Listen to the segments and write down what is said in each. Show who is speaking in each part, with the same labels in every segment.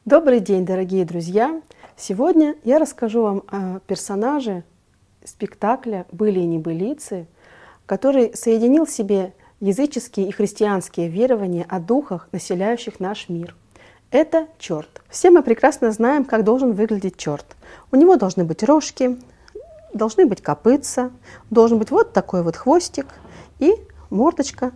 Speaker 1: Добрый день, дорогие друзья! Сегодня я расскажу вам о персонаже спектакля «Были и небылицы», который соединил в себе языческие и христианские верования о духах, населяющих наш мир. Это черт. Все мы прекрасно знаем, как должен выглядеть черт. У него должны быть рожки, должны быть копытца, должен быть вот такой вот хвостик и мордочка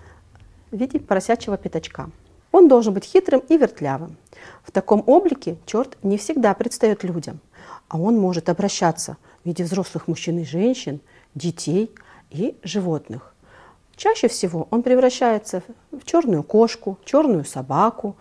Speaker 1: в виде поросячьего пятачка. Он должен быть хитрым и вертлявым. В таком облике черт не всегда предстает людям, а он может обращаться в виде взрослых мужчин и женщин, детей и животных. Чаще всего он превращается в черную кошку, черную собаку,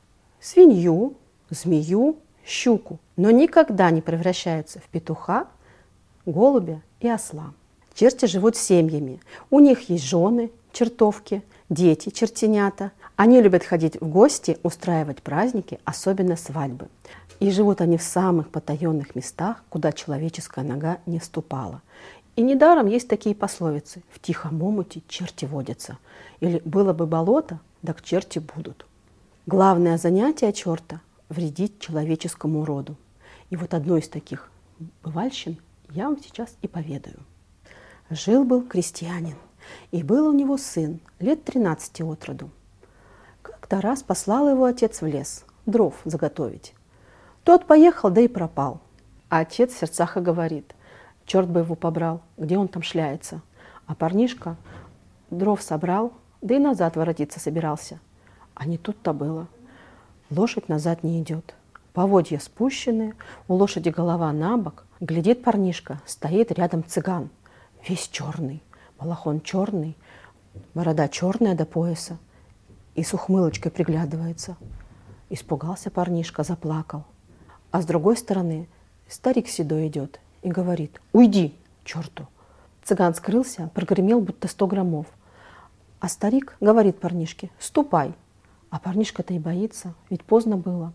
Speaker 1: свинью, змею, щуку, но никогда не превращается в петуха, голубя и осла. Черти живут семьями. У них есть жены, чертовки, дети, чертенята. Они любят ходить в гости, устраивать праздники, особенно свадьбы. И живут они в самых потаенных местах, куда человеческая нога не ступала. И недаром есть такие пословицы: «В тихом омуте черти водятся» или «Было бы болото, так черти будут». Главное занятие черта – вредить человеческому роду. И вот одну из таких бывальщин я вам сейчас и поведаю. Жил-был крестьянин, и был у него сын, лет 13 от роду. Как-то раз послал его отец в лес дров заготовить. Тот поехал, да и пропал. А отец в сердцах и говорит: черт бы его побрал, где он там шляется. А парнишка дров собрал, да и назад воротиться собирался. А не тут-то было. Лошадь назад не идет. Поводья спущены, у лошади голова на бок. Глядит парнишка, стоит рядом цыган, весь черный, балахон черный, борода черная до пояса, и с ухмылочкой приглядывается. Испугался парнишка, заплакал. А с другой стороны старик седой идет и говорит: «Уйди, черту!» Цыган скрылся, прогремел, будто 100 громов. А старик говорит парнишке: «Ступай!» А парнишка-то и боится, ведь поздно было.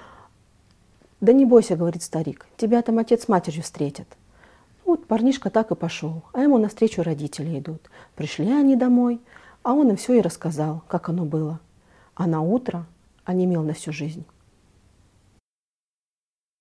Speaker 1: «Да не бойся, — говорит старик, — тебя там отец с матерью встретят». Вот парнишка так и пошел, а ему навстречу родители идут. Пришли они домой, а он им все и рассказал, как оно было. А на утро онемел на всю жизнь.